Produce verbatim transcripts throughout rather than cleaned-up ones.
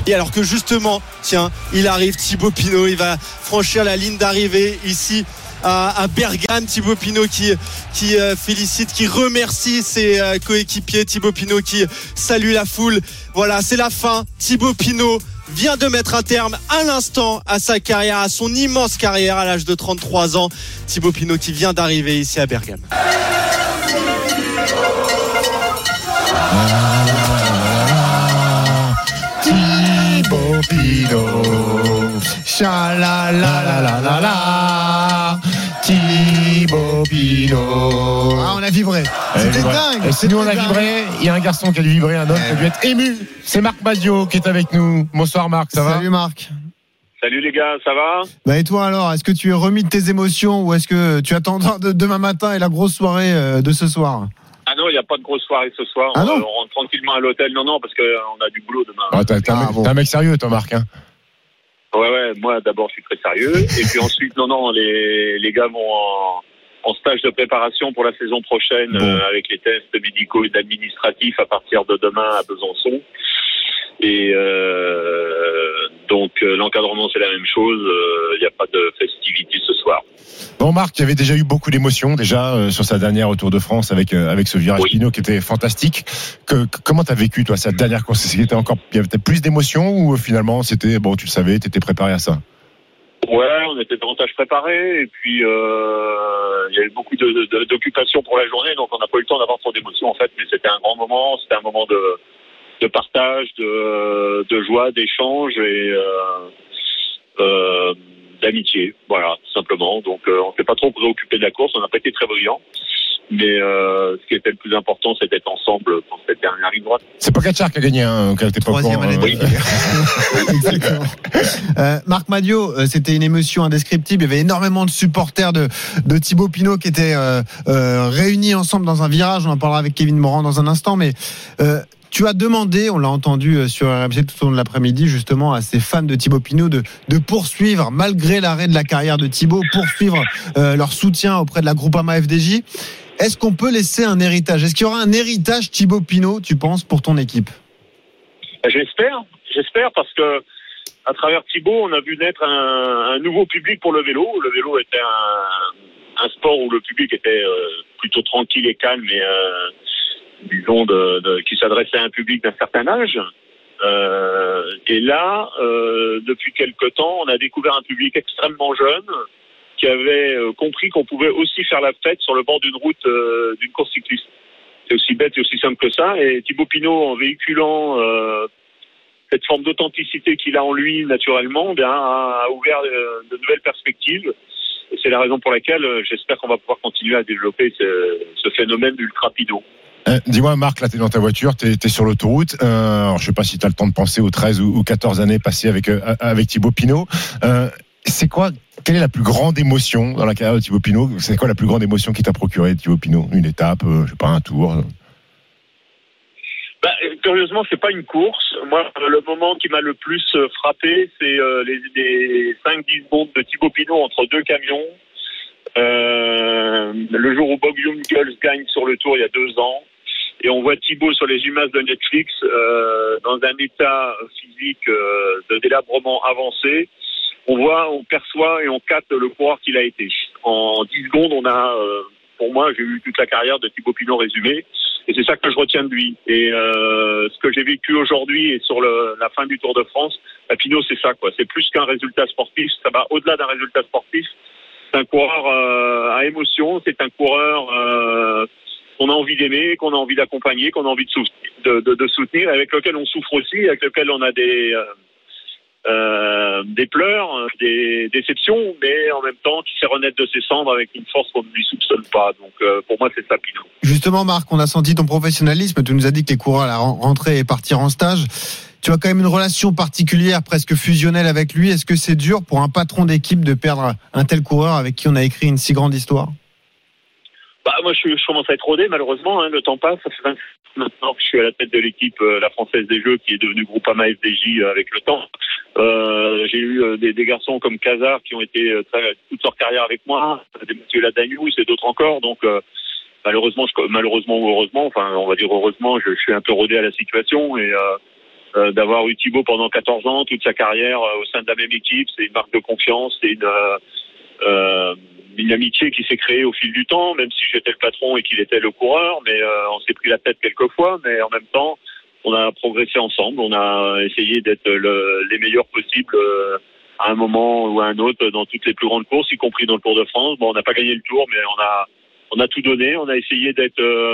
Et alors que justement, tiens, il arrive Thibaut Pinot, il va franchir la ligne d'arrivée ici à, à Bergame. Thibaut Pinot qui, qui euh, félicite, qui remercie ses euh, coéquipiers. Thibaut Pinot qui salue la foule. Voilà, c'est la fin. Thibaut Pinot vient de mettre un terme à l'instant à sa carrière, à son immense carrière à l'âge de trente-trois ans. Thibaut Pinot qui vient d'arriver ici à Bergame. Thibaut Pinot, cha-la-la-la-la-la, Thibaut Pinot. Ah, on a vibré. C'était dingue. Et si nous on a vibré, il y a un garçon qui a dû vibrer, un homme qui a dû être ému. C'est Marc Madiot qui est avec nous. Bonsoir Marc, ça va ? Salut Marc. Salut les gars, ça va ? Bah et toi alors, est-ce que tu es remis de tes émotions ou est-ce que tu attends de demain matin et la grosse soirée de ce soir ? Ah non, il n'y a pas de grosse soirée ce soir. Ah on, non on rentre tranquillement à l'hôtel. Non, non, parce qu'on a du boulot demain. Ah, t'es, t'es, ah, un, bon. t'es un mec sérieux toi Marc hein. Ouais, ouais, moi d'abord je suis très sérieux. Et puis ensuite, non, non, les, les gars vont en, en stage de préparation pour la saison prochaine bon. euh, avec les tests médicaux et administratifs à partir de demain à Besançon. Et euh, donc euh, l'encadrement c'est la même chose, il euh, n'y a pas de festivité ce soir. Bon Marc, il y avait déjà eu beaucoup d'émotions déjà euh, sur sa dernière au Tour de France avec euh, avec ce virage oui. Pinot qui était fantastique. Que, que, comment t'as vécu toi cette dernière course ? C'était encore, il y avait peut-être plus d'émotions ou euh, finalement c'était bon, tu le savais, t'étais préparé à ça ? Ouais, on était davantage préparés et puis euh, il y avait beaucoup de, de, d'occupation pour la journée, donc on n'a pas eu le temps d'avoir trop d'émotions en fait, mais c'était un grand moment, c'était un moment de de partage, de, de joie, d'échange et euh, euh, d'amitié, voilà, tout simplement. Donc euh, on ne s'est pas trop préoccupé de la course, on n'a pas été très brillants, mais euh, ce qui était le plus important, c'est d'être ensemble pour cette dernière ligne droite. C'est Pogacar qui a gagné, hein, quand t'es pas au courant. Troisième année Euh, oui. Exactement. Euh, Marc Madiot, c'était une émotion indescriptible. Il y avait énormément de supporters de, de Thibaut Pinot qui étaient euh, euh, réunis ensemble dans un virage. On en parlera avec Kevin Morand dans un instant, mais euh, tu as demandé, on l'a entendu sur R M C tout au long de l'après-midi, justement, à ces fans de Thibaut Pinot de, de poursuivre, malgré l'arrêt de la carrière de Thibaut, poursuivre euh, leur soutien auprès de la Groupama F D J. Est-ce qu'on peut laisser un héritage ? Est-ce qu'il y aura un héritage Thibaut Pinot, tu penses, pour ton équipe ? J'espère, j'espère parce que à travers Thibaut, on a vu naître un, un nouveau public pour le vélo. Le vélo était un, un sport où le public était euh, plutôt tranquille et calme et euh, disons de, de, qui s'adressait à un public d'un certain âge. Euh, et là, euh, depuis quelque temps, on a découvert un public extrêmement jeune qui avait euh, compris qu'on pouvait aussi faire la fête sur le bord d'une route euh, d'une course cycliste. C'est aussi bête et aussi simple que ça. Et Thibaut Pinot, en véhiculant euh, cette forme d'authenticité qu'il a en lui naturellement, bien, a ouvert euh, de nouvelles perspectives. Et c'est la raison pour laquelle euh, j'espère qu'on va pouvoir continuer à développer ce, ce phénomène d'ultra-pido. Euh, dis-moi Marc, là t'es dans ta voiture, t'es, t'es sur l'autoroute. Euh, alors je sais pas si t'as le temps de penser aux treize ou, ou quatorze années passées avec euh, avec Thibaut Pinot. Euh, c'est quoi Quelle est la plus grande émotion dans la carrière de Thibaut Pinot ? C'est quoi la plus grande émotion qui t'a procuré Thibaut Pinot ? Une étape, euh, je sais pas, un tour. Bah, curieusement, c'est pas une course. Moi, le moment qui m'a le plus frappé, c'est euh, les, les cinq dix secondes de Thibaut Pinot entre deux camions. Euh, le jour où Bob Jungels gagne sur le Tour il y a deux ans. Et on voit Thibaut sur les images de Netflix euh, dans un état physique euh, de délabrement avancé. On voit, on perçoit et on capte le coureur qu'il a été. En dix secondes, on a, euh, pour moi, j'ai eu toute la carrière de Thibaut Pinot résumée. Et c'est ça que je retiens de lui. Et euh, ce que j'ai vécu aujourd'hui et sur le, la fin du Tour de France, bah, Pinot, c'est ça, quoi. C'est plus qu'un résultat sportif. Ça va au-delà d'un résultat sportif. C'est un coureur euh, à émotion. C'est un coureur euh, qu'on a envie d'aimer, qu'on a envie d'accompagner, qu'on a envie de, sou- de, de, de soutenir, avec lequel on souffre aussi, avec lequel on a des... Euh, Euh, des pleurs, des déceptions, mais en même temps qui sait renaître de ses cendres avec une force qu'on ne lui soupçonne pas. Donc euh, pour moi c'est ça Pinot. Justement Marc, on a senti ton professionnalisme, tu nous as dit que les coureurs allaient rentrer et partir en stage. Tu as quand même une relation particulière, presque fusionnelle avec lui. Est-ce que c'est dur pour un patron d'équipe de perdre un tel coureur avec qui on a écrit une si grande histoire ? Bah moi je, je commence à être rodé malheureusement, hein, le temps passe, ça fait vingt maintenant que je suis à la tête de l'équipe euh, la Française des Jeux qui est devenue Groupama F D J euh, avec le temps. Euh, j'ai eu euh, des, des garçons comme Cazard qui ont été euh, très, toute leur carrière avec moi, des Mathieu Ladagnou et d'autres encore. Donc euh, malheureusement, je, malheureusement ou heureusement, enfin on va dire heureusement, je, je suis un peu rodé à la situation et euh, euh, d'avoir eu Thibaut pendant quatorze ans, toute sa carrière euh, au sein de la même équipe. C'est une marque de confiance, c'est une, euh, euh, une amitié qui s'est créée au fil du temps, même si j'étais le patron et qu'il était le coureur. Mais euh, on s'est pris la tête quelques fois, mais en même temps, on a progressé ensemble. On a essayé d'être le, les meilleurs possibles euh, à un moment ou à un autre dans toutes les plus grandes courses, y compris dans le Tour de France. Bon, on n'a pas gagné le Tour, mais on a on a tout donné. On a essayé d'être euh,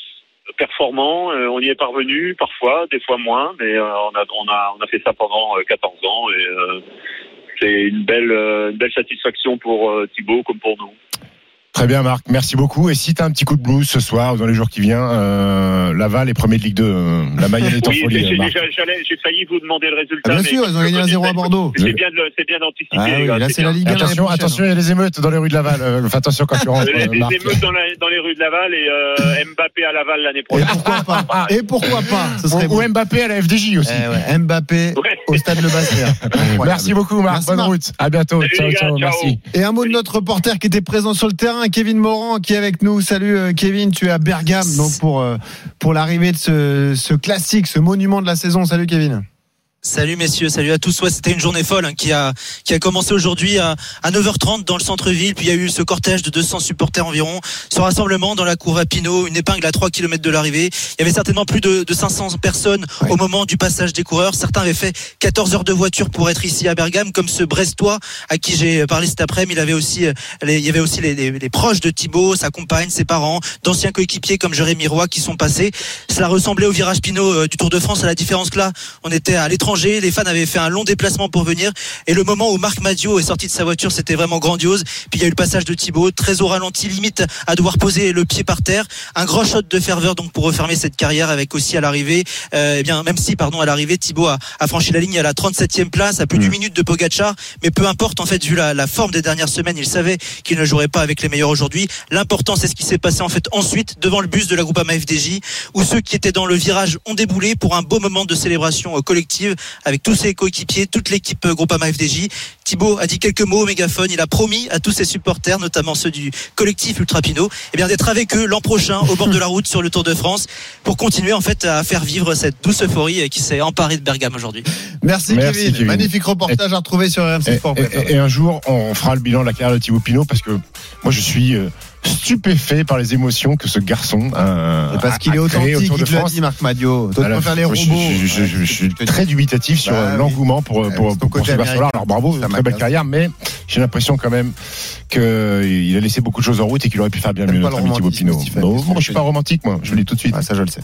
performant. Euh, on y est parvenu parfois, des fois moins, mais euh, on a on a on a fait ça pendant euh, quatorze ans et euh, c'est une belle euh, une belle satisfaction pour euh, Thibaut comme pour nous. Très bien, Marc, merci beaucoup. Et si tu as un petit coup de blues ce soir ou dans les jours qui viennent, euh, Laval est premier de Ligue deux. Euh, la Mayenne est en oui, folie. J'ai, Marc. j'allais, j'ai failli vous demander le résultat. Ah bien sûr, ils ont gagné un zéro à Bordeaux. C'est bien, de, c'est bien d'anticiper. Ah oui, là, là, c'est, c'est bien. la Ligue un. Attention, attention, il y a des émeutes dans les rues de Laval. Euh, fais attention quand tu rentres. Les, euh, les Marc. émeutes dans, la, dans les rues de Laval et euh, Mbappé à Laval l'année Et prochaine. pourquoi pas Et pourquoi pas Ce serait Ou, beau. ou Mbappé à la F D J aussi. Eh ouais, Mbappé Ouais. au stade Le Bastère. Merci beaucoup, Marc. Merci, Bonne Marc. route. À bientôt. Salut, Ciao, les gars, ciao. ciao. Merci. Et un mot de notre reporter qui était présent sur le terrain, Kevin Morand, qui est avec nous. Salut euh, Kevin, tu es à Bergame donc pour euh, pour l'arrivée de ce, ce classique, ce monument de la saison. Salut Kevin. Salut messieurs, salut à tous. Ouais, c'était une journée folle hein, qui a qui a commencé aujourd'hui à, à neuf heures trente dans le centre-ville. Puis il y a eu ce cortège de deux cents supporters environ, ce rassemblement dans la cour à Pinot, une épingle à trois kilomètres de l'arrivée. Il y avait certainement plus de, de cinq cents personnes ouais. au moment du passage des coureurs. Certains avaient fait quatorze heures de voiture pour être ici à Bergame, comme ce Brestois à qui j'ai parlé cet après-midi. Il avait aussi les, il y avait aussi les, les, les proches de Thibaut, sa compagne, ses parents, d'anciens coéquipiers comme Jérémy Roy qui sont passés. Cela ressemblait au virage Pinot euh, du Tour de France, à la différence que là, on était à l'étranger. Les fans avaient fait un long déplacement pour venir et le moment où Marc Madiot est sorti de sa voiture, c'était vraiment grandiose. Puis il y a eu le passage de Thibaut, très au ralenti, limite à devoir poser le pied par terre. Un grand shot de ferveur donc pour refermer cette carrière avec aussi à l'arrivée, euh, eh bien même si pardon à l'arrivée Thibaut a, a franchi la ligne à la trente-septième place, à plus mmh. d'une minute de Pogacar, mais peu importe en fait vu la, la forme des dernières semaines, il savait qu'il ne jouerait pas avec les meilleurs aujourd'hui. L'important c'est ce qui s'est passé en fait ensuite devant le bus de la Groupama F D J où ceux qui étaient dans le virage ont déboulé pour un beau moment de célébration collective avec tous ses coéquipiers, toute l'équipe Groupama F D J. Thibaut a dit quelques mots au mégaphone. Il a promis à tous ses supporters, notamment ceux du collectif Ultra Pinot, eh bien d'être avec eux l'an prochain au bord de la route sur le Tour de France pour continuer en fait à faire vivre cette douce euphorie qui s'est emparée de Bergame aujourd'hui. Merci, Merci Kevin. Kevin. Magnifique reportage et, à retrouver sur R M C Sport. Et, et, et un jour, on fera le bilan de la carrière de Thibaut Pinot parce que moi, je suis euh, stupéfait par les émotions que ce garçon euh, et parce qu'il est authentique, il te l'a dit Marc Madiot. Toi, tu préfères les robots. Je, je, je, je, je suis très dubitatif sur bah, l'engouement pour, pour, pour, pour, pour ce garçon-là. Alors bravo, très belle carrière, mais j'ai l'impression quand même qu'il a laissé beaucoup de choses en route et qu'il aurait pu faire bien mieux notre ami Thibaut Pinot. Non, moi je suis pas romantique, moi, je le dis tout de suite. Ah, ça je le sais.